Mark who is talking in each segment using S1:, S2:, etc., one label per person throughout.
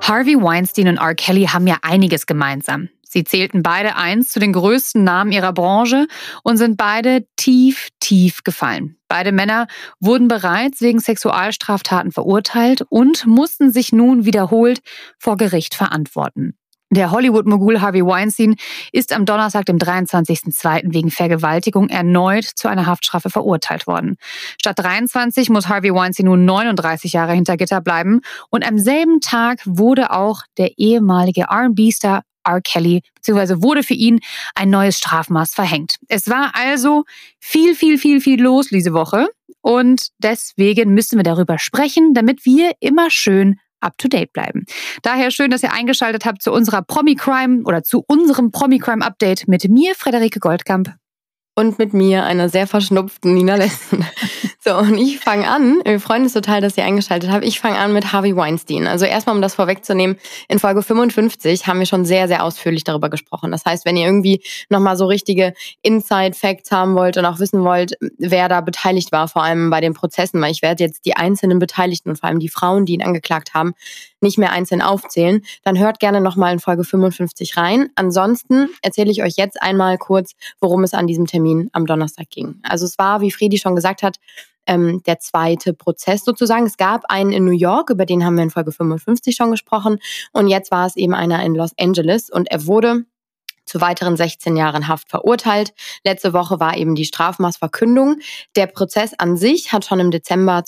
S1: Harvey Weinstein und R. Kelly haben ja einiges gemeinsam. Sie zählten beide einst zu den größten Namen ihrer Branche und sind beide tief, tief gefallen. Beide Männer wurden bereits wegen Sexualstraftaten verurteilt und mussten sich nun wiederholt vor Gericht verantworten. Der Hollywood-Mogul Harvey Weinstein ist am Donnerstag, dem 23.02. wegen Vergewaltigung erneut zu einer Haftstrafe verurteilt worden. Statt 23 muss Harvey Weinstein nun 39 Jahre hinter Gitter bleiben. Und am selben Tag wurde auch der ehemalige R&B-Star R. Kelly, beziehungsweise wurde für ihn ein neues Strafmaß verhängt. Es war also viel los diese Woche. Und deswegen müssen wir darüber sprechen, damit wir immer schön up-to-date bleiben. Daher schön, dass ihr eingeschaltet habt zu unserer Promi-Crime oder zu unserem Promi-Crime-Update mit mir, Frederike Goldkamp.
S2: Und mit mir, einer sehr verschnupften Nina Lessen. So, und ich fange an. Wir freuen uns total, dass ihr eingeschaltet habt. Ich fange an mit Harvey Weinstein. Also erstmal, um das vorwegzunehmen, in Folge 55 haben wir schon sehr, sehr ausführlich darüber gesprochen. Das heißt, wenn ihr irgendwie nochmal so richtige Inside-Facts haben wollt und auch wissen wollt, wer da beteiligt war, vor allem bei den Prozessen, weil ich werde jetzt die einzelnen Beteiligten und vor allem die Frauen, die ihn angeklagt haben, nicht mehr einzeln aufzählen, dann hört gerne nochmal in Folge 55 rein. Ansonsten erzähle ich euch jetzt einmal kurz, worum es an diesem Termin am Donnerstag ging. Also es war, wie Fredi schon gesagt hat, der zweite Prozess sozusagen. Es gab einen in New York, über den haben wir in Folge 55 schon gesprochen. Und jetzt war es eben einer in Los Angeles und er wurde zu weiteren 16 Jahren Haft verurteilt. Letzte Woche war eben die Strafmaßverkündung. Der Prozess an sich hat schon im Dezember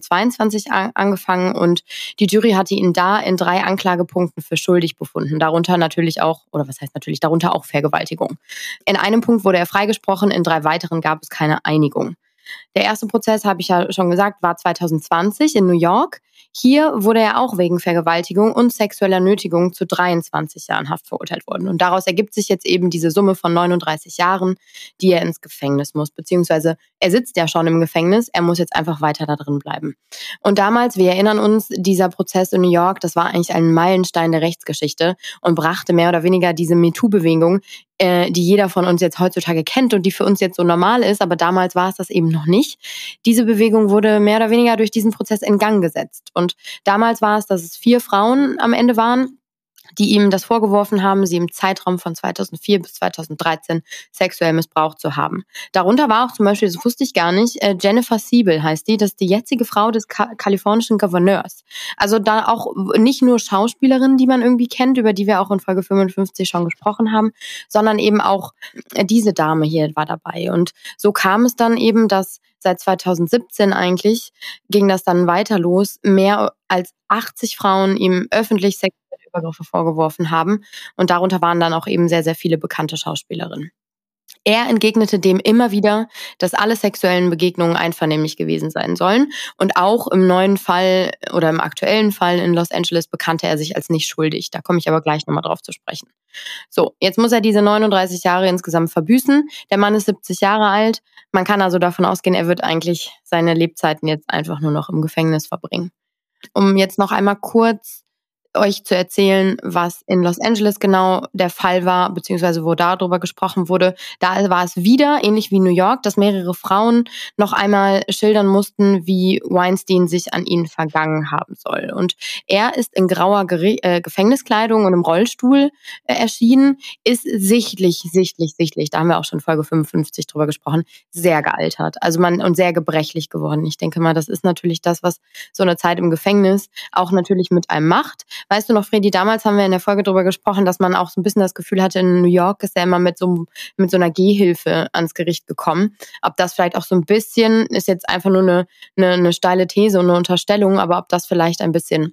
S2: 2022 angefangen und die Jury hatte ihn da in 3 Anklagepunkten für schuldig befunden. Darunter natürlich auch, oder was heißt natürlich, darunter auch Vergewaltigung. In einem Punkt wurde er freigesprochen, in 3 weiteren gab es keine Einigung. Der erste Prozess, habe ich ja schon gesagt, war 2020 in New York. Hier wurde er auch wegen Vergewaltigung und sexueller Nötigung zu 23 Jahren Haft verurteilt worden. Und daraus ergibt sich jetzt eben diese Summe von 39 Jahren, die er ins Gefängnis muss. Beziehungsweise er sitzt ja schon im Gefängnis, er muss jetzt einfach weiter da drin bleiben. Und damals, wir erinnern uns, dieser Prozess in New York, das war eigentlich ein Meilenstein der Rechtsgeschichte und brachte mehr oder weniger diese MeToo-Bewegung, die jeder von uns jetzt heutzutage kennt und die für uns jetzt so normal ist, aber damals war es das eben noch nicht. Diese Bewegung wurde mehr oder weniger durch diesen Prozess in Gang gesetzt. Und damals war es, dass es 4 Frauen am Ende waren, die ihm das vorgeworfen haben, sie im Zeitraum von 2004 bis 2013 sexuell missbraucht zu haben. Darunter war auch zum Beispiel, das wusste ich gar nicht, Jennifer Siebel heißt die, das ist die jetzige Frau des kalifornischen Gouverneurs. Also da auch nicht nur Schauspielerinnen, die man irgendwie kennt, über die wir auch in Folge 55 schon gesprochen haben, sondern eben auch diese Dame hier war dabei. Und so kam es dann eben, dass seit 2017 eigentlich ging das dann weiter los, mehr als 80 Frauen ihm öffentlich sexuelle Übergriffe vorgeworfen haben. Und darunter waren dann auch eben sehr, sehr viele bekannte Schauspielerinnen. Er entgegnete dem immer wieder, dass alle sexuellen Begegnungen einvernehmlich gewesen sein sollen. Und auch im neuen Fall oder im aktuellen Fall in Los Angeles bekannte er sich als nicht schuldig. Da komme ich aber gleich nochmal drauf zu sprechen. So, jetzt muss er diese 39 Jahre insgesamt verbüßen. Der Mann ist 70 Jahre alt. Man kann also davon ausgehen, er wird eigentlich seine Lebzeiten jetzt einfach nur noch im Gefängnis verbringen. Um jetzt noch einmal kurz euch zu erzählen, was in Los Angeles genau der Fall war, beziehungsweise wo darüber gesprochen wurde. Da war es wieder, ähnlich wie New York, dass mehrere Frauen noch einmal schildern mussten, wie Weinstein sich an ihnen vergangen haben soll. Und er ist in grauer Gefängniskleidung und im Rollstuhl erschienen, ist sichtlich, da haben wir auch schon in Folge 55 drüber gesprochen, sehr gealtert. Also und sehr gebrechlich geworden. Ich denke mal, das ist natürlich das, was so eine Zeit im Gefängnis auch natürlich mit einem macht. Weißt du noch, Fredi, damals haben wir in der Folge darüber gesprochen, dass man auch so ein bisschen das Gefühl hatte, in New York ist er immer mit so einer Gehhilfe ans Gericht gekommen. Ob das vielleicht auch so ein bisschen, ist jetzt einfach nur eine steile These und eine Unterstellung, aber ob das vielleicht ein bisschen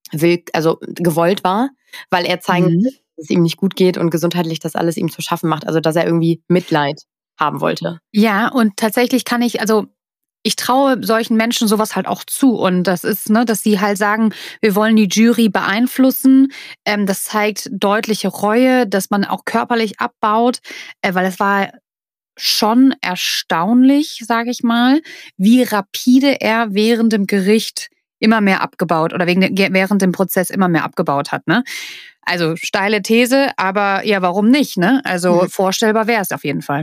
S2: gewollt war, weil er zeigen will, dass es ihm nicht gut geht und gesundheitlich das alles ihm zu schaffen macht. Also, dass er irgendwie Mitleid haben wollte.
S1: Ja, und tatsächlich ich traue solchen Menschen sowas halt auch zu. Und das ist, dass sie halt sagen, wir wollen die Jury beeinflussen. Das zeigt deutliche Reue, dass man auch körperlich abbaut, weil es war schon erstaunlich, sage ich mal, wie rapide er während dem Gericht immer mehr abgebaut oder während dem Prozess immer mehr abgebaut hat. Ne? Also steile These, aber ja, warum nicht? Ne? Also vorstellbar wäre es auf jeden Fall.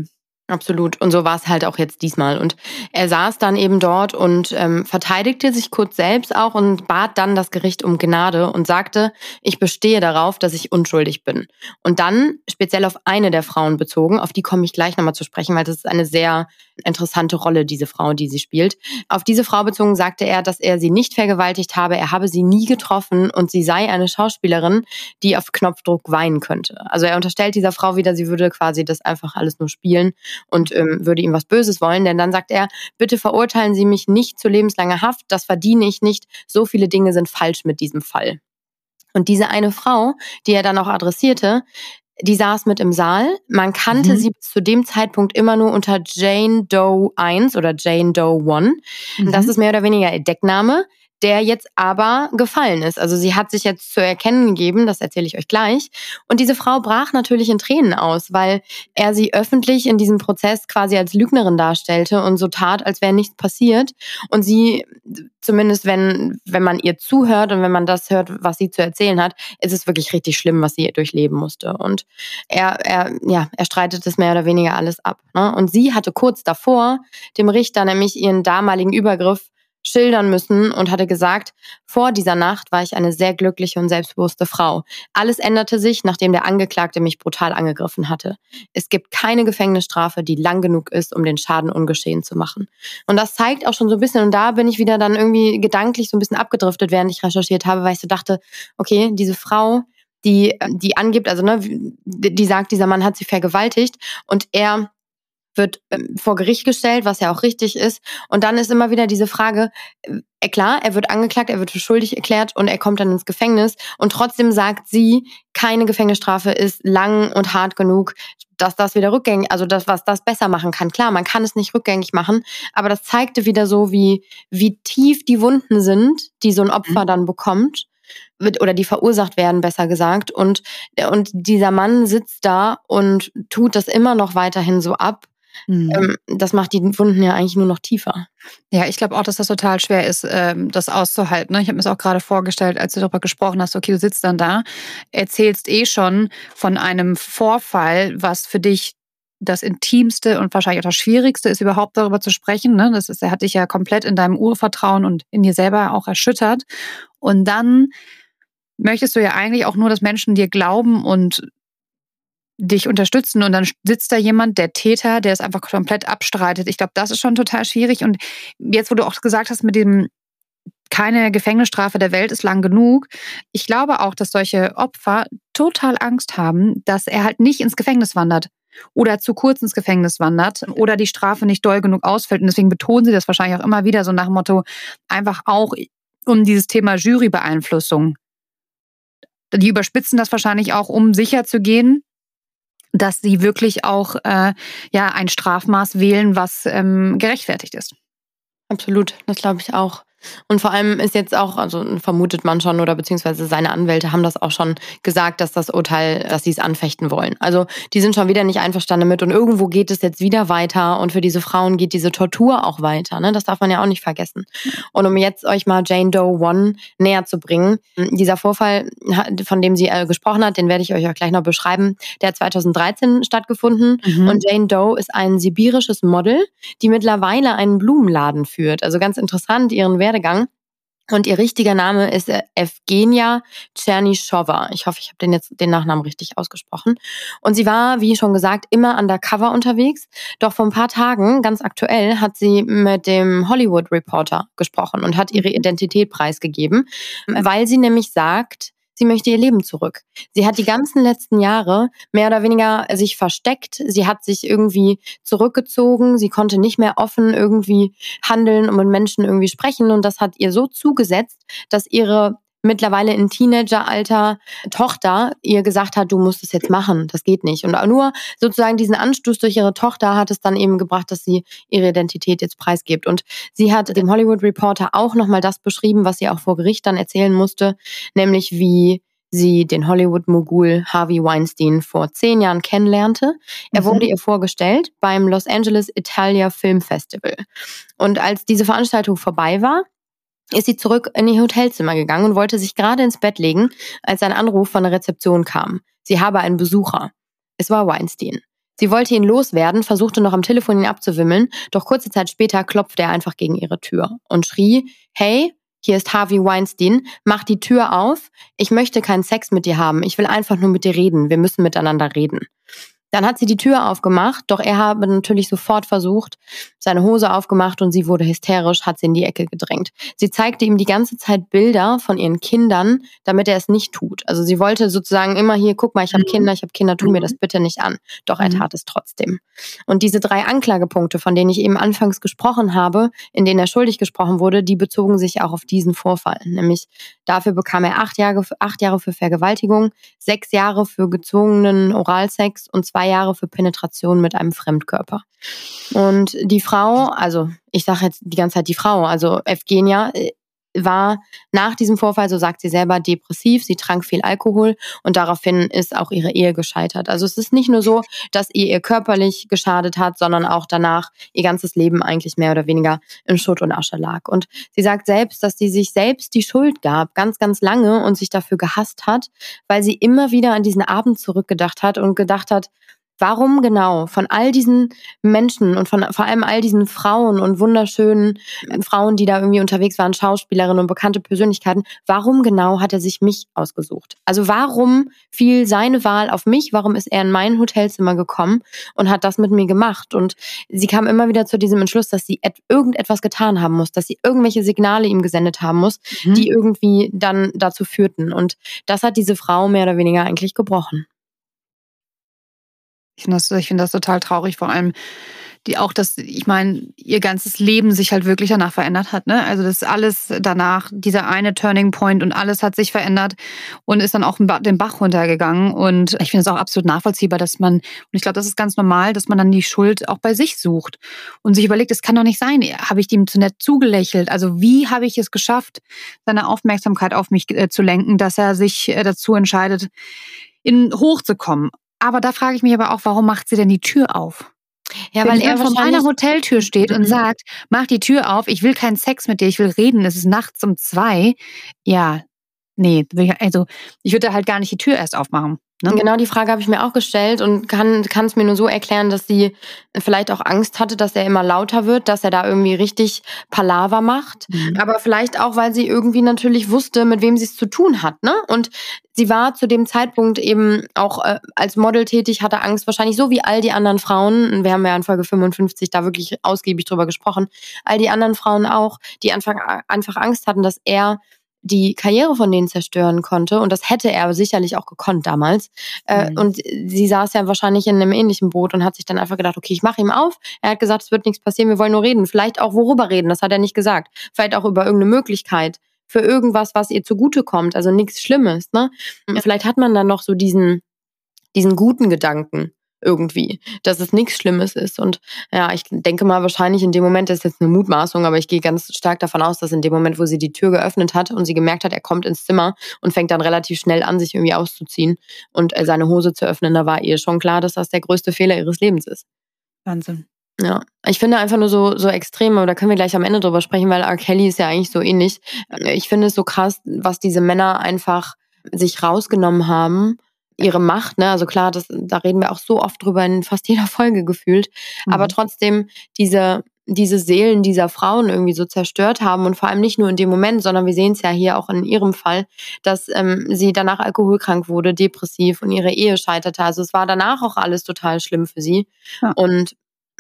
S2: Absolut. Und so war es halt auch jetzt diesmal. Und er saß dann eben dort und verteidigte sich kurz selbst auch und bat dann das Gericht um Gnade und sagte, ich bestehe darauf, dass ich unschuldig bin. Und dann speziell auf eine der Frauen bezogen, auf die komme ich gleich nochmal zu sprechen, weil das ist eine sehr interessante Rolle, diese Frau, die sie spielt. Auf diese Frau bezogen sagte er, dass er sie nicht vergewaltigt habe, er habe sie nie getroffen und sie sei eine Schauspielerin, die auf Knopfdruck weinen könnte. Also er unterstellt dieser Frau wieder, sie würde quasi das einfach alles nur spielen und würde ihm was Böses wollen, denn dann sagt er, bitte verurteilen Sie mich nicht zu lebenslanger Haft, das verdiene ich nicht, so viele Dinge sind falsch mit diesem Fall. Und diese eine Frau, die er dann auch adressierte, die saß mit im Saal. Man kannte sie bis zu dem Zeitpunkt immer nur unter Jane Doe 1 oder Jane Doe 1. Das ist mehr oder weniger ihr Deckname, der jetzt aber gefallen ist. Also sie hat sich jetzt zu erkennen gegeben, das erzähle ich euch gleich. Und diese Frau brach natürlich in Tränen aus, weil er sie öffentlich in diesem Prozess quasi als Lügnerin darstellte und so tat, als wäre nichts passiert. Und sie, zumindest wenn man ihr zuhört und wenn man das hört, was sie zu erzählen hat, ist es wirklich richtig schlimm, was sie durchleben musste. Und er streitet es mehr oder weniger alles ab. Ne? Und sie hatte kurz davor dem Richter nämlich ihren damaligen Übergriff schildern müssen und hatte gesagt, vor dieser Nacht war ich eine sehr glückliche und selbstbewusste Frau. Alles änderte sich, nachdem der Angeklagte mich brutal angegriffen hatte. Es gibt keine Gefängnisstrafe, die lang genug ist, um den Schaden ungeschehen zu machen. Und das zeigt auch schon so ein bisschen, und da bin ich wieder dann irgendwie gedanklich so ein bisschen abgedriftet, während ich recherchiert habe, weil ich so dachte, okay, diese Frau, die angibt, also die sagt, dieser Mann hat sie vergewaltigt und er wird vor Gericht gestellt, was ja auch richtig ist. Und dann ist immer wieder diese Frage, klar, er wird angeklagt, er wird für schuldig erklärt und er kommt dann ins Gefängnis. Und trotzdem sagt sie, keine Gefängnisstrafe ist lang und hart genug, dass das wieder rückgängig, also das, was das besser machen kann. Klar, man kann es nicht rückgängig machen, aber das zeigte wieder so, wie tief die Wunden sind, die so ein Opfer dann bekommt. Oder die verursacht werden, besser gesagt. Und dieser Mann sitzt da und tut das immer noch weiterhin so ab. Das macht die Wunden ja eigentlich nur noch tiefer.
S1: Ja, ich glaube auch, dass das total schwer ist, das auszuhalten. Ne? Ich habe mir das auch gerade vorgestellt, als du darüber gesprochen hast, okay, du sitzt dann da, erzählst schon von einem Vorfall, was für dich das Intimste und wahrscheinlich auch das Schwierigste ist, überhaupt darüber zu sprechen. Ne? Er hat dich ja komplett in deinem Urvertrauen und in dir selber auch erschüttert. Und dann möchtest du ja eigentlich auch nur, dass Menschen dir glauben und dich unterstützen und dann sitzt da jemand, der Täter, der es einfach komplett abstreitet. Ich glaube, das ist schon total schwierig. Und jetzt, wo du auch gesagt hast, mit dem keine Gefängnisstrafe der Welt ist lang genug, ich glaube auch, dass solche Opfer total Angst haben, dass er halt nicht ins Gefängnis wandert oder zu kurz ins Gefängnis wandert oder die Strafe nicht doll genug ausfällt. Und deswegen betonen sie das wahrscheinlich auch immer wieder so nach dem Motto, einfach auch um dieses Thema Jurybeeinflussung. Die überspitzen das wahrscheinlich auch, um sicher zu gehen, dass sie wirklich auch ein Strafmaß wählen, was gerechtfertigt ist.
S2: Absolut, das glaube ich auch. Und vor allem ist jetzt auch, also vermutet man schon oder beziehungsweise seine Anwälte haben das auch schon gesagt, dass das Urteil, dass sie es anfechten wollen. Also die sind schon wieder nicht einverstanden mit und irgendwo geht es jetzt wieder weiter und für diese Frauen geht diese Tortur auch weiter. Ne? Das darf man ja auch nicht vergessen. Und um jetzt euch mal Jane Doe 1 näher zu bringen, dieser Vorfall, von dem sie gesprochen hat, den werde ich euch auch gleich noch beschreiben, der hat 2013 stattgefunden und Jane Doe ist ein sibirisches Model, die mittlerweile einen Blumenladen führt. Also ganz interessant, ihren Werdegang. Und ihr richtiger Name ist Evgenia Tschernyschowa. Ich hoffe, ich habe den Nachnamen richtig ausgesprochen. Und sie war, wie schon gesagt, immer undercover unterwegs. Doch vor ein paar Tagen, ganz aktuell, hat sie mit dem Hollywood Reporter gesprochen und hat ihre Identität preisgegeben, weil sie nämlich sagt, sie möchte ihr Leben zurück. Sie hat die ganzen letzten Jahre mehr oder weniger sich versteckt. Sie hat sich irgendwie zurückgezogen. Sie konnte nicht mehr offen irgendwie handeln und mit Menschen irgendwie sprechen. Und das hat ihr so zugesetzt, dass ihre mittlerweile in Teenageralter Tochter ihr gesagt hat, du musst es jetzt machen, das geht nicht. Und nur sozusagen diesen Anstoß durch ihre Tochter hat es dann eben gebracht, dass sie ihre Identität jetzt preisgibt. Und sie hat dem Hollywood Reporter auch nochmal das beschrieben, was sie auch vor Gericht dann erzählen musste, nämlich wie sie den Hollywood-Mogul Harvey Weinstein vor 10 Jahren kennenlernte. Er wurde ihr vorgestellt beim Los Angeles Italia Film Festival. Und als diese Veranstaltung vorbei war, ist sie zurück in ihr Hotelzimmer gegangen und wollte sich gerade ins Bett legen, als ein Anruf von der Rezeption kam. Sie habe einen Besucher. Es war Weinstein. Sie wollte ihn loswerden, versuchte noch am Telefon ihn abzuwimmeln, doch kurze Zeit später klopfte er einfach gegen ihre Tür und schrie, hey, hier ist Harvey Weinstein, mach die Tür auf, ich möchte keinen Sex mit dir haben, ich will einfach nur mit dir reden, wir müssen miteinander reden. Dann hat sie die Tür aufgemacht, doch er habe natürlich sofort versucht, seine Hose aufgemacht und sie wurde hysterisch, hat sie in die Ecke gedrängt. Sie zeigte ihm die ganze Zeit Bilder von ihren Kindern, damit er es nicht tut. Also sie wollte sozusagen immer hier, guck mal, ich habe Kinder, tu mir das bitte nicht an. Doch er tat es trotzdem. Und diese 3 Anklagepunkte, von denen ich eben anfangs gesprochen habe, in denen er schuldig gesprochen wurde, die bezogen sich auch auf diesen Vorfall. Nämlich dafür bekam er 8 Jahre für Vergewaltigung, 6 Jahre für gezwungenen Oralsex und 2 Jahre für Penetration mit einem Fremdkörper. Und die Frau, also ich sage jetzt die ganze Zeit die Frau, also Evgenia war nach diesem Vorfall, so sagt sie selber, depressiv, sie trank viel Alkohol und daraufhin ist auch ihre Ehe gescheitert. Also es ist nicht nur so, dass ihr körperlich geschadet hat, sondern auch danach ihr ganzes Leben eigentlich mehr oder weniger in Schutt und Asche lag. Und sie sagt selbst, dass sie sich selbst die Schuld gab, ganz, ganz lange und sich dafür gehasst hat, weil sie immer wieder an diesen Abend zurückgedacht hat und gedacht hat, warum genau von all diesen Menschen und von vor allem all diesen Frauen und wunderschönen Frauen, die da irgendwie unterwegs waren, Schauspielerinnen und bekannte Persönlichkeiten, warum genau hat er sich mich ausgesucht? Also warum fiel seine Wahl auf mich? Warum ist er in mein Hotelzimmer gekommen und hat das mit mir gemacht? Und sie kam immer wieder zu diesem Entschluss, dass sie irgendetwas getan haben muss, dass sie irgendwelche Signale ihm gesendet haben muss, die irgendwie dann dazu führten. Und das hat diese Frau mehr oder weniger eigentlich gebrochen.
S1: Ich finde das total traurig, vor allem ich meine, ihr ganzes Leben sich halt wirklich danach verändert hat, ne? Also das alles danach, dieser eine Turning Point und alles hat sich verändert und ist dann auch den Bach runtergegangen. Und ich finde es auch absolut nachvollziehbar, und ich glaube, das ist ganz normal, dass man dann die Schuld auch bei sich sucht und sich überlegt, es kann doch nicht sein, habe ich dem zu nett zugelächelt? Also wie habe ich es geschafft, seine Aufmerksamkeit auf mich zu lenken, dass er sich dazu entscheidet, hochzukommen? Aber da frage ich mich aber auch, warum macht sie denn die Tür auf?
S2: Ja, weil er
S1: vor meiner Hoteltür steht und sagt, mach die Tür auf, ich will keinen Sex mit dir, ich will reden, es ist nachts um 2. Ja, nee, also ich würde halt gar nicht die Tür erst aufmachen. Ne?
S2: Genau die Frage habe ich mir auch gestellt und kann es mir nur so erklären, dass sie vielleicht auch Angst hatte, dass er immer lauter wird, dass er da irgendwie richtig Palaver macht. Aber vielleicht auch, weil sie irgendwie natürlich wusste, mit wem sie es zu tun hat. Ne? Und sie war zu dem Zeitpunkt eben auch als Model tätig, hatte Angst, wahrscheinlich so wie all die anderen Frauen. Wir haben ja in Folge 55 da wirklich ausgiebig drüber gesprochen. All die anderen Frauen auch, die einfach Angst hatten, dass er die Karriere von denen zerstören konnte. Und das hätte er sicherlich auch gekonnt damals. Und sie saß ja wahrscheinlich in einem ähnlichen Boot und hat sich dann einfach gedacht, okay, ich mache ihm auf. Er hat gesagt, es wird nichts passieren, wir wollen nur reden. Vielleicht auch worüber reden, das hat er nicht gesagt. Vielleicht auch über irgendeine Möglichkeit für irgendwas, was ihr zugutekommt. Also nichts Schlimmes. Ne? Vielleicht hat man dann noch so diesen guten Gedanken irgendwie, dass es nichts Schlimmes ist. Und ja, ich denke mal wahrscheinlich in dem Moment, das ist jetzt eine Mutmaßung, aber ich gehe ganz stark davon aus, dass in dem Moment, wo sie die Tür geöffnet hat und sie gemerkt hat, er kommt ins Zimmer und fängt dann relativ schnell an, sich irgendwie auszuziehen und seine Hose zu öffnen, da war ihr schon klar, dass das der größte Fehler ihres Lebens ist.
S1: Wahnsinn.
S2: Ja, ich finde einfach nur so extrem, aber da können wir gleich am Ende drüber sprechen, weil R. Kelly ist ja eigentlich so ähnlich. Ich finde es so krass, was diese Männer einfach sich rausgenommen haben, ihre Macht, ne? Also klar, da reden wir auch so oft drüber in fast jeder Folge gefühlt, aber trotzdem diese Seelen dieser Frauen irgendwie so zerstört haben und vor allem nicht nur in dem Moment, sondern wir sehen es ja hier auch in ihrem Fall, dass sie danach alkoholkrank wurde, depressiv und ihre Ehe scheiterte. Also es war danach auch alles total schlimm für sie. Ja. Und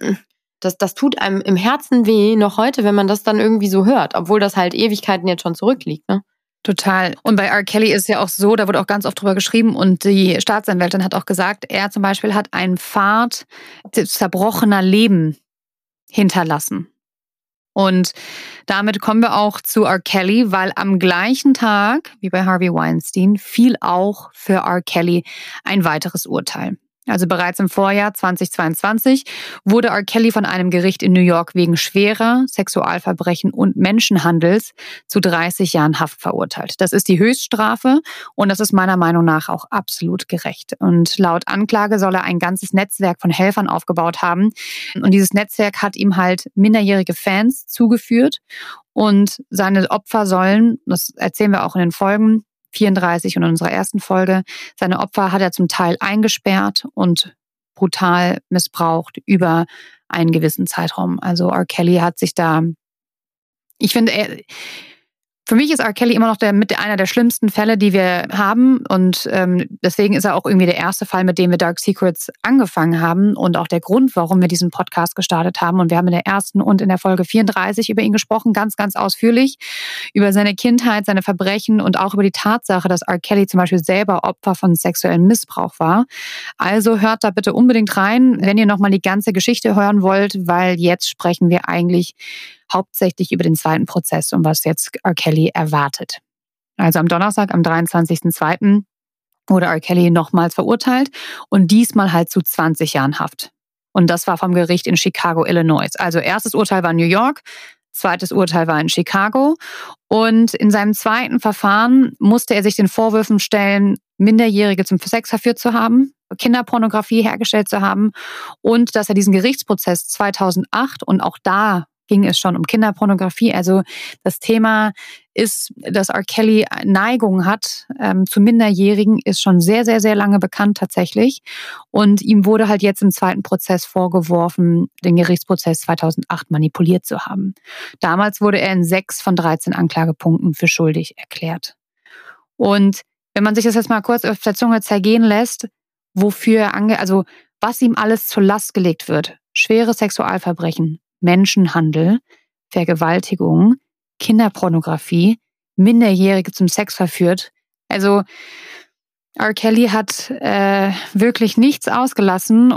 S2: das tut einem im Herzen weh, noch heute, wenn man das dann irgendwie so hört, obwohl das halt Ewigkeiten jetzt schon zurückliegt, ne?
S1: Total. Und bei R. Kelly ist ja auch so, da wurde auch ganz oft drüber geschrieben und die Staatsanwältin hat auch gesagt, er zum Beispiel hat einen Pfad zerbrochener Leben hinterlassen. Und damit kommen wir auch zu R. Kelly, weil am gleichen Tag wie bei Harvey Weinstein fiel auch für R. Kelly ein weiteres Urteil. Also bereits im Vorjahr 2022 wurde R. Kelly von einem Gericht in New York wegen schwerer Sexualverbrechen und Menschenhandels zu 30 Jahren Haft verurteilt. Das ist die Höchststrafe und das ist meiner Meinung nach auch absolut gerecht. Und laut Anklage soll er ein ganzes Netzwerk von Helfern aufgebaut haben. Und dieses Netzwerk hat ihm halt minderjährige Fans zugeführt und seine Opfer sollen, das erzählen wir auch in den Folgen 34 und in unserer ersten Folge, seine Opfer hat er zum Teil eingesperrt und brutal missbraucht über einen gewissen Zeitraum. Also R. Kelly hat sich da, ich finde, für mich ist R. Kelly immer noch einer der schlimmsten Fälle, die wir haben. Und deswegen ist er auch irgendwie der erste Fall, mit dem wir Dark Secrets angefangen haben. Und auch der Grund, warum wir diesen Podcast gestartet haben. Und wir haben in der ersten und in der Folge 34 über ihn gesprochen, ganz, ganz ausführlich. Über seine Kindheit, seine Verbrechen und auch über die Tatsache, dass R. Kelly zum Beispiel selber Opfer von sexuellem Missbrauch war. Also hört da bitte unbedingt rein, wenn ihr nochmal die ganze Geschichte hören wollt, weil jetzt sprechen wir eigentlich hauptsächlich über den zweiten Prozess und was jetzt R. Kelly erwartet. Also am Donnerstag, am 23.02. wurde R. Kelly nochmals verurteilt und diesmal halt zu 20 Jahren Haft. Und das war vom Gericht in Chicago, Illinois. Also erstes Urteil war New York, zweites Urteil war in Chicago. Und in seinem zweiten Verfahren musste er sich den Vorwürfen stellen, Minderjährige zum Sex verführt zu haben, Kinderpornografie hergestellt zu haben und dass er diesen Gerichtsprozess 2008 und auch da ging es schon um Kinderpornografie. Also das Thema ist, dass R. Kelly Neigung hat zu Minderjährigen, ist schon sehr, sehr, sehr lange bekannt tatsächlich. Und ihm wurde halt jetzt im zweiten Prozess vorgeworfen, den Gerichtsprozess 2008 manipuliert zu haben. Damals wurde er in 6 von 13 Anklagepunkten für schuldig erklärt. Und wenn man sich das jetzt mal kurz auf der Zunge zergehen lässt, was ihm alles zur Last gelegt wird. Schwere Sexualverbrechen, Menschenhandel, Vergewaltigung, Kinderpornografie, Minderjährige zum Sex verführt. Also R. Kelly hat wirklich nichts ausgelassen,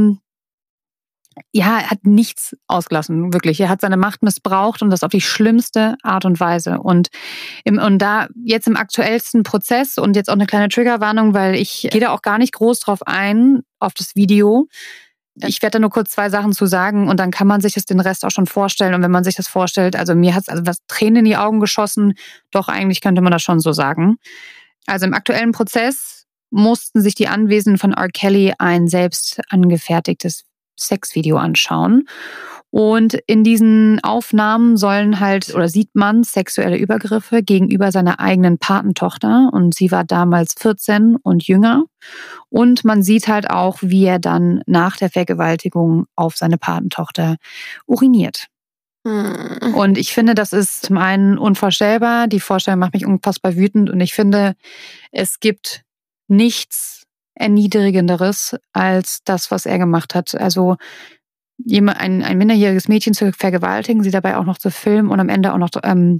S1: er hat nichts ausgelassen, wirklich. Er hat seine Macht missbraucht und das auf die schlimmste Art und Weise. Und da jetzt im aktuellsten Prozess und jetzt auch eine kleine Triggerwarnung, weil ich gehe da auch gar nicht groß drauf ein, auf das Video. Ich werde da nur kurz 2 Sachen zu sagen und dann kann man sich den Rest auch schon vorstellen. Und wenn man sich das vorstellt, also mir hat es was Tränen in die Augen geschossen. Doch, eigentlich könnte man das schon so sagen. Also im aktuellen Prozess mussten sich die Anwesenden von R. Kelly ein selbst angefertigtes Sexvideo anschauen. Und in diesen Aufnahmen sieht man sexuelle Übergriffe gegenüber seiner eigenen Patentochter. Und sie war damals 14 und jünger. Und man sieht halt auch, wie er dann nach der Vergewaltigung auf seine Patentochter uriniert. Und ich finde, das ist zum einen unvorstellbar. Die Vorstellung macht mich unfassbar wütend. Und ich finde, es gibt nichts Erniedrigenderes als das, was er gemacht hat. Also ein minderjähriges Mädchen zu vergewaltigen, sie dabei auch noch zu filmen und am Ende auch noch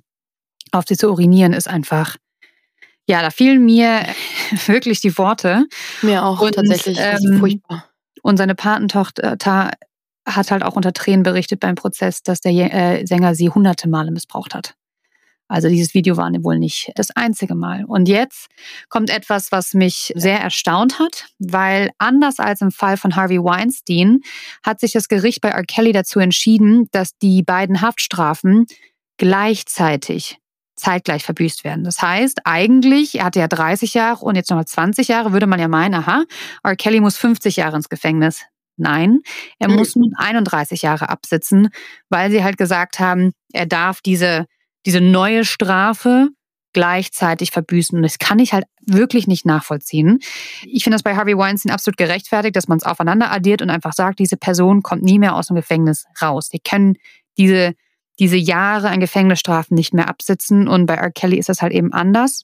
S1: auf sie zu urinieren, ist einfach, ja, da fielen mir wirklich die Worte.
S2: Mir auch, und, tatsächlich, das ist furchtbar.
S1: Und seine Patentochter hat halt auch unter Tränen berichtet beim Prozess, dass der Sänger sie hunderte Male missbraucht hat. Also dieses Video war wohl nicht das einzige Mal. Und jetzt kommt etwas, was mich sehr erstaunt hat, weil anders als im Fall von Harvey Weinstein hat sich das Gericht bei R. Kelly dazu entschieden, dass die beiden Haftstrafen zeitgleich verbüßt werden. Das heißt, eigentlich, er hatte ja 30 Jahre und jetzt nochmal 20 Jahre, würde man ja meinen, R. Kelly muss 50 Jahre ins Gefängnis. Nein, er muss nun 31 Jahre absitzen, weil sie halt gesagt haben, er darf diese neue Strafe gleichzeitig verbüßen. Und das kann ich halt wirklich nicht nachvollziehen. Ich finde das bei Harvey Weinstein absolut gerechtfertigt, dass man es aufeinander addiert und einfach sagt, diese Person kommt nie mehr aus dem Gefängnis raus. Die können diese Jahre an Gefängnisstrafen nicht mehr absitzen. Und bei R. Kelly ist das halt eben anders.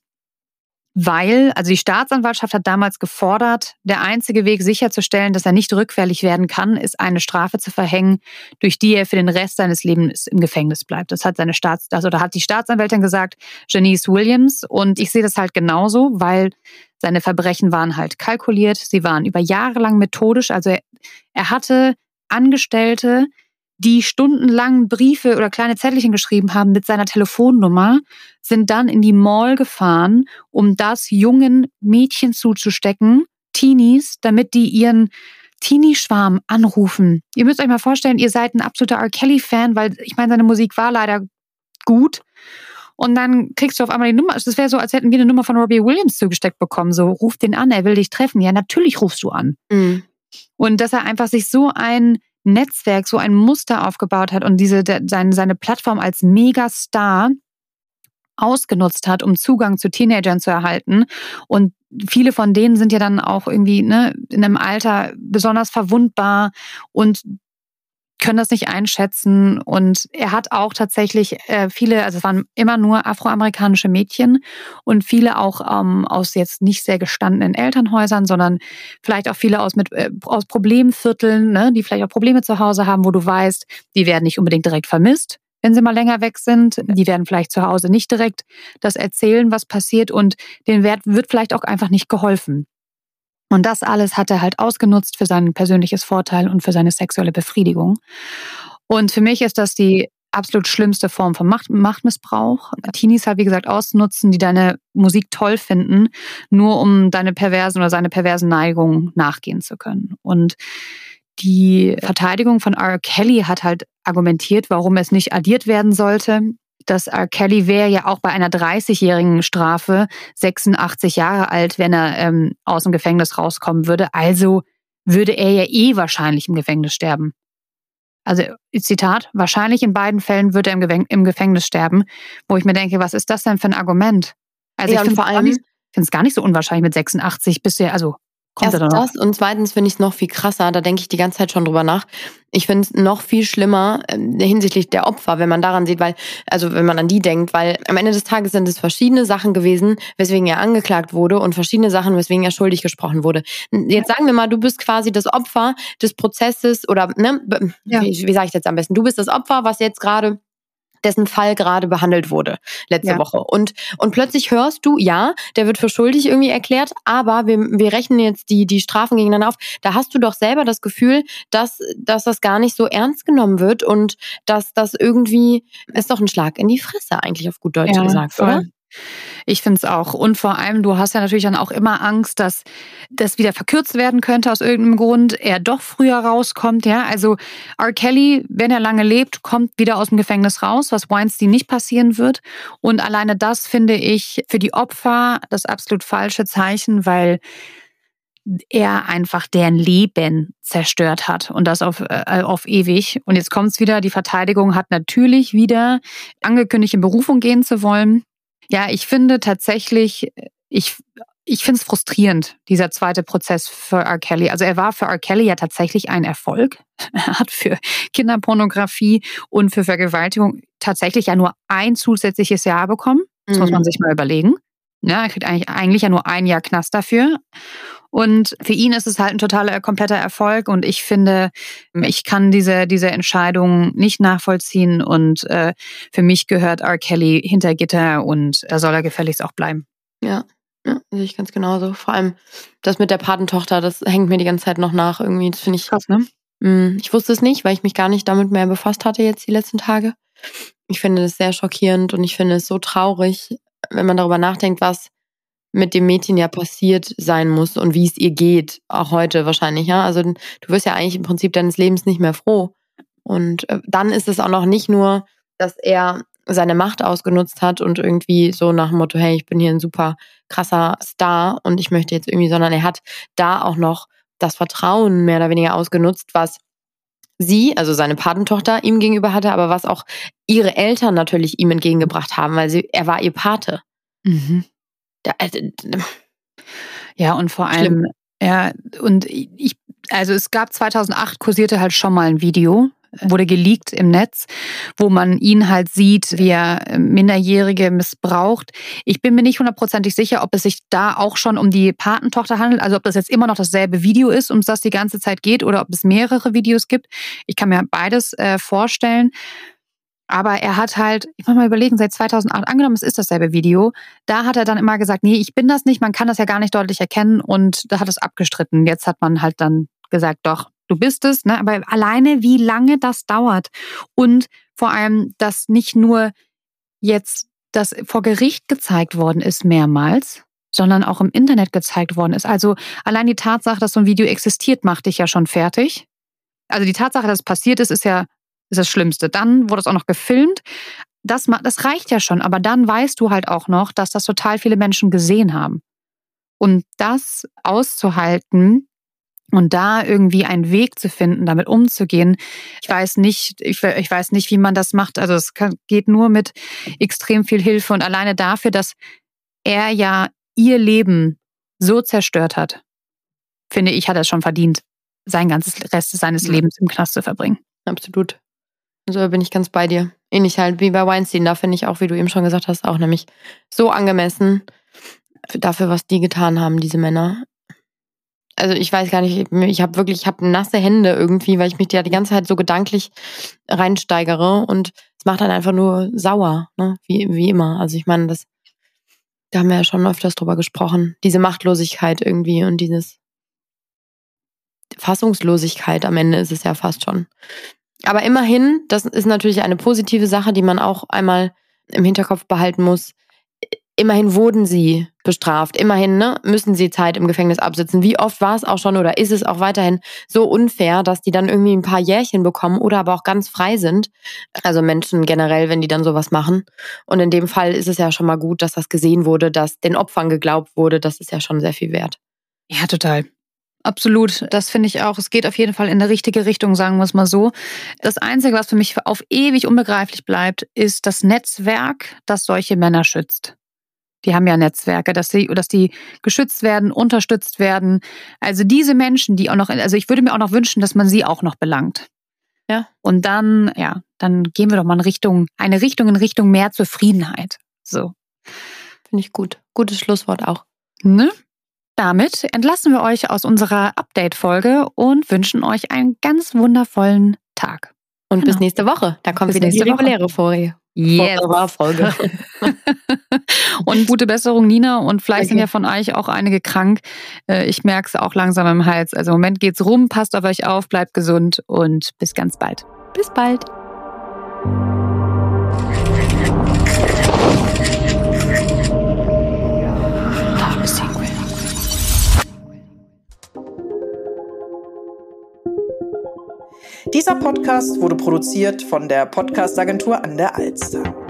S1: Weil, also die Staatsanwaltschaft hat damals gefordert, der einzige Weg sicherzustellen, dass er nicht rückfällig werden kann, ist eine Strafe zu verhängen, durch die er für den Rest seines Lebens im Gefängnis bleibt. Das hat hat die Staatsanwältin gesagt, Janice Williams. Und ich sehe das halt genauso, weil seine Verbrechen waren halt kalkuliert. Sie waren über Jahre lang methodisch. Also er hatte Angestellte, die stundenlang Briefe oder kleine Zettelchen geschrieben haben mit seiner Telefonnummer, sind dann in die Mall gefahren, um das jungen Mädchen zuzustecken, Teenies, damit die ihren Teenie-Schwarm anrufen. Ihr müsst euch mal vorstellen, ihr seid ein absoluter R. Kelly-Fan, weil ich meine, seine Musik war leider gut. Und dann kriegst du auf einmal die Nummer. Das wäre so, als hätten wir eine Nummer von Robbie Williams zugesteckt bekommen. So, ruf den an, er will dich treffen. Ja, natürlich rufst du an. Mhm. Und dass er einfach sich so ein Netzwerk, so ein Muster aufgebaut hat und seine Plattform als Megastar ausgenutzt hat, um Zugang zu Teenagern zu erhalten und viele von denen sind ja dann auch irgendwie in einem Alter besonders verwundbar und können das nicht einschätzen. Und er hat auch tatsächlich viele, also es waren immer nur afroamerikanische Mädchen und viele auch aus jetzt nicht sehr gestandenen Elternhäusern, sondern vielleicht auch viele aus Problemvierteln, ne, die vielleicht auch Probleme zu Hause haben, wo du weißt, die werden nicht unbedingt direkt vermisst, wenn sie mal länger weg sind. Die werden vielleicht zu Hause nicht direkt das erzählen, was passiert, und denen wird vielleicht auch einfach nicht geholfen. Und das alles hat er halt ausgenutzt für sein persönliches Vorteil und für seine sexuelle Befriedigung. Und für mich ist das die absolut schlimmste Form von Machtmissbrauch. Teenies halt, wie gesagt, ausnutzen, die deine Musik toll finden, nur um deine perversen oder seine perversen Neigungen nachgehen zu können. Und die Verteidigung von R. Kelly hat halt argumentiert, warum es nicht addiert werden sollte. Dass R. Kelly wäre ja auch bei einer 30-jährigen Strafe 86 Jahre alt, wenn er aus dem Gefängnis rauskommen würde. Also würde er ja wahrscheinlich im Gefängnis sterben. Also Zitat, wahrscheinlich in beiden Fällen wird er im Gefängnis sterben, wo ich mir denke, was ist das denn für ein Argument? Also
S2: ja,
S1: ich finde es gar nicht so unwahrscheinlich mit 86 bist du ja, also kommt er da noch.
S2: Das und zweitens finde ich es noch viel krasser, da denke ich die ganze Zeit schon drüber nach. Ich finde es noch viel schlimmer hinsichtlich der Opfer, wenn man daran sieht, wenn man an die denkt, weil am Ende des Tages sind es verschiedene Sachen gewesen, weswegen er angeklagt wurde, und verschiedene Sachen, weswegen er schuldig gesprochen wurde. Jetzt sagen wir mal, du bist quasi das Opfer des Prozesses oder, wie sage ich jetzt am besten? Du bist das Opfer, was jetzt gerade dessen Fall gerade behandelt wurde letzte Woche. Und plötzlich hörst du, ja, der wird für schuldig irgendwie erklärt, aber wir rechnen jetzt die Strafen gegeneinander auf. Da hast du doch selber das Gefühl, dass das gar nicht so ernst genommen wird und dass das irgendwie ist doch ein Schlag in die Fresse eigentlich auf gut Deutsch gesagt,
S1: voll.
S2: oder?
S1: Ich finde es auch. Und vor allem, du hast ja natürlich dann auch immer Angst, dass das wieder verkürzt werden könnte aus irgendeinem Grund, er doch früher rauskommt. Ja, also R. Kelly, wenn er lange lebt, kommt wieder aus dem Gefängnis raus, was Weinstein nicht passieren wird. Und alleine das finde ich für die Opfer das absolut falsche Zeichen, weil er einfach deren Leben zerstört hat und das auf ewig. Und jetzt kommt es wieder, die Verteidigung hat natürlich wieder angekündigt, in Berufung gehen zu wollen. Ja, ich finde tatsächlich, ich finde es frustrierend, dieser zweite Prozess für R. Kelly. Also er war für R. Kelly ja tatsächlich ein Erfolg. Er hat für Kinderpornografie und für Vergewaltigung tatsächlich ja nur ein zusätzliches Jahr bekommen. Das muss man sich mal überlegen. Ja, er kriegt eigentlich ja nur 1 Jahr Knast dafür. Und für ihn ist es halt ein kompletter Erfolg. Und ich finde, ich kann diese Entscheidung nicht nachvollziehen. Und für mich gehört R. Kelly hinter Gitter und da soll er gefälligst auch bleiben.
S2: Ja, sehe ich ganz genauso. Vor allem das mit der Patentochter, das hängt mir die ganze Zeit noch nach irgendwie. Das finde ich
S1: krass, ne?
S2: Ich wusste es nicht, weil ich mich gar nicht damit mehr befasst hatte jetzt die letzten Tage. Ich finde das sehr schockierend und ich finde es so traurig, wenn man darüber nachdenkt, was mit dem Mädchen ja passiert sein muss und wie es ihr geht, auch heute wahrscheinlich, ja. Also du wirst ja eigentlich im Prinzip deines Lebens nicht mehr froh. Und dann ist es auch noch nicht nur, dass er seine Macht ausgenutzt hat und irgendwie so nach dem Motto, hey, ich bin hier ein super krasser Star und ich möchte jetzt irgendwie, sondern er hat da auch noch das Vertrauen mehr oder weniger ausgenutzt, was sie, also seine Patentochter, ihm gegenüber hatte, aber was auch ihre Eltern natürlich ihm entgegengebracht haben, weil er war ihr Pate.
S1: Mhm. Ja, und vor allem, also es gab 2008 kursierte halt schon mal ein Video, wurde geleakt im Netz, wo man ihn halt sieht, wie er Minderjährige missbraucht. Ich bin mir nicht 100% sicher, ob es sich da auch schon um die Patentochter handelt, also ob das jetzt immer noch dasselbe Video ist, um das die ganze Zeit geht, oder ob es mehrere Videos gibt. Ich kann mir beides vorstellen. Aber er hat halt, ich muss mal überlegen, seit 2008, angenommen, es ist dasselbe Video, da hat er dann immer gesagt, nee, ich bin das nicht, man kann das ja gar nicht deutlich erkennen, und da hat es abgestritten. Jetzt hat man halt dann gesagt, doch, du bist es, ne? Aber alleine, wie lange das dauert und vor allem, dass nicht nur jetzt das vor Gericht gezeigt worden ist mehrmals, sondern auch im Internet gezeigt worden ist. Also allein die Tatsache, dass so ein Video existiert, macht dich ja schon fertig. Also die Tatsache, dass es passiert ist ja ist das Schlimmste. Dann wurde es auch noch gefilmt. Das reicht ja schon. Aber dann weißt du halt auch noch, dass das total viele Menschen gesehen haben. Und das auszuhalten und da irgendwie einen Weg zu finden, damit umzugehen, ich weiß nicht, wie man das macht. Also es geht nur mit extrem viel Hilfe und alleine dafür, dass er ja ihr Leben so zerstört hat, finde ich, hat er es schon verdient, sein ganzes Rest seines Lebens im Knast zu verbringen.
S2: Absolut. Also bin ich ganz bei dir. Ähnlich halt wie bei Weinstein, da finde ich auch, wie du eben schon gesagt hast, auch nämlich so angemessen dafür, was die getan haben, diese Männer. Also ich weiß gar nicht, ich habe nasse Hände irgendwie, weil ich mich da die ganze Zeit so gedanklich reinsteigere und es macht dann einfach nur sauer, ne? Wie immer. Also ich meine, da haben wir ja schon öfters drüber gesprochen. Diese Machtlosigkeit irgendwie und dieses Fassungslosigkeit am Ende ist es ja fast schon. Aber immerhin, das ist natürlich eine positive Sache, die man auch einmal im Hinterkopf behalten muss. Immerhin wurden sie bestraft. Immerhin müssen sie Zeit im Gefängnis absitzen. Wie oft war es auch schon oder ist es auch weiterhin so unfair, dass die dann irgendwie ein paar Jährchen bekommen oder aber auch ganz frei sind? Also Menschen generell, wenn die dann sowas machen. Und in dem Fall ist es ja schon mal gut, dass das gesehen wurde, dass den Opfern geglaubt wurde. Das ist ja schon sehr viel wert.
S1: Ja, total. Absolut, das finde ich auch. Es geht auf jeden Fall in die richtige Richtung, sagen wir es mal so. Das Einzige, was für mich auf ewig unbegreiflich bleibt, ist das Netzwerk, das solche Männer schützt. Die haben ja Netzwerke, dass die geschützt werden, unterstützt werden. Also diese Menschen, die auch noch, also ich würde mir auch noch wünschen, dass man sie auch noch belangt.
S2: Ja.
S1: Und dann gehen wir doch mal in Richtung mehr Zufriedenheit. So.
S2: Finde ich gut. Gutes Schlusswort auch.
S1: Ne? Damit entlassen wir euch aus unserer Update-Folge und wünschen euch einen ganz wundervollen Tag.
S2: Und bis nächste Woche. Da kommt wieder die reguläre Folge.
S1: Yes.
S2: Folge.
S1: Und gute Besserung, Nina. Und vielleicht sind ja von euch auch einige krank. Ich merke es auch langsam im Hals. Also im Moment geht's rum. Passt auf euch auf, bleibt gesund und bis ganz bald.
S2: Bis bald.
S3: Dieser Podcast wurde produziert von der Podcast-Agentur an der Alster.